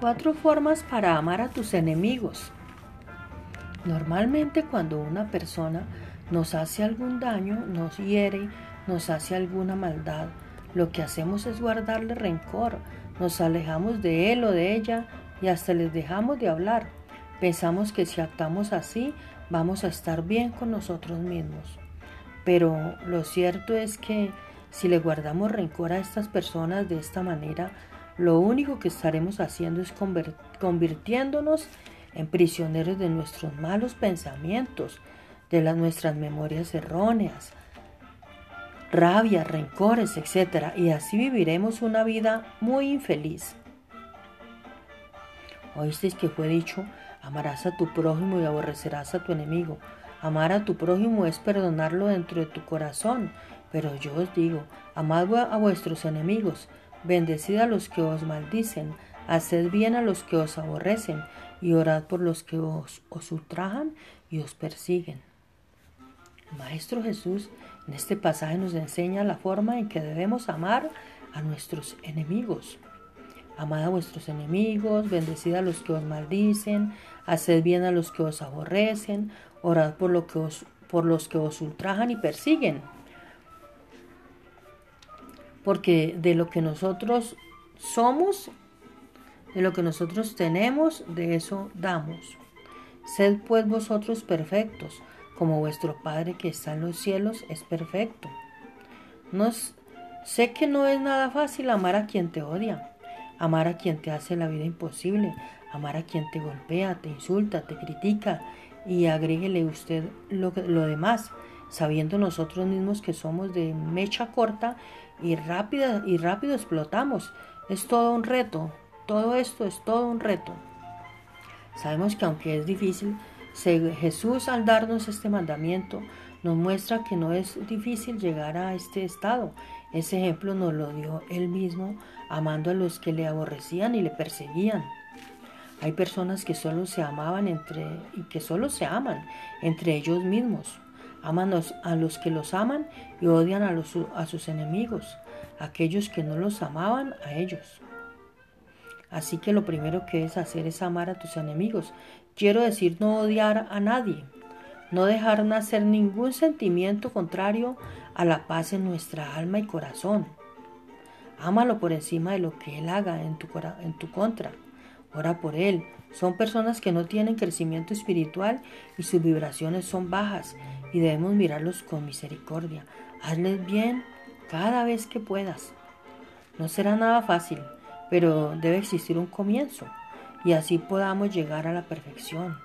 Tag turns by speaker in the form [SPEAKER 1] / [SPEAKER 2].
[SPEAKER 1] 4 formas para amar a tus enemigos. Normalmente cuando una persona nos hace algún daño, nos hiere, nos hace alguna maldad, lo que hacemos es guardarle rencor, nos alejamos de él o de ella y hasta les dejamos de hablar. Pensamos que si actuamos así, vamos a estar bien con nosotros mismos. Pero lo cierto es que si le guardamos rencor a estas personas de esta manera, lo único que estaremos haciendo es convirtiéndonos en prisioneros de nuestros malos pensamientos, de nuestras memorias erróneas, rabia, rencores, etc. Y así viviremos una vida muy infeliz. Oísteis que fue dicho: amarás a tu prójimo y aborrecerás a tu enemigo. Amar a tu prójimo es perdonarlo dentro de tu corazón. Pero yo os digo, amad a vuestros enemigos, bendecid a los que os maldicen, haced bien a los que os aborrecen, y orad por los que os ultrajan y os persiguen. El Maestro Jesús en este pasaje nos enseña la forma en que debemos amar a nuestros enemigos. Amad a vuestros enemigos, bendecid a los que os maldicen, haced bien a los que os aborrecen, orad por los que os ultrajan y persiguen. Porque de lo que nosotros somos, de lo que nosotros tenemos, de eso damos. Sed pues vosotros perfectos, como vuestro Padre que está en los cielos es perfecto. Sé que no es nada fácil amar a quien te odia, amar a quien te hace la vida imposible, amar a quien te golpea, te insulta, te critica, y agréguele usted lo demás, sabiendo nosotros mismos que somos de mecha corta y rápido explotamos. Es todo un reto, todo esto es todo un reto. Sabemos que aunque es difícil, Jesús al darnos este mandamiento nos muestra que no es difícil llegar a este estado. Ese ejemplo nos lo dio Él mismo, amando a los que le aborrecían y le perseguían. Hay personas que solo se aman entre ellos mismos. Aman a los que los aman y odian a sus enemigos, aquellos que no los amaban a ellos. Así que lo primero que debes hacer es amar a tus enemigos. Quiero decir, no odiar a nadie, no dejar nacer ningún sentimiento contrario a la paz en nuestra alma y corazón. Ámalo por encima de lo que él haga en tu contra. Ora por él. Son personas que no tienen crecimiento espiritual y sus vibraciones son bajas y debemos mirarlos con misericordia. Hazles bien cada vez que puedas. No será nada fácil, pero debe existir un comienzo y así podamos llegar a la perfección.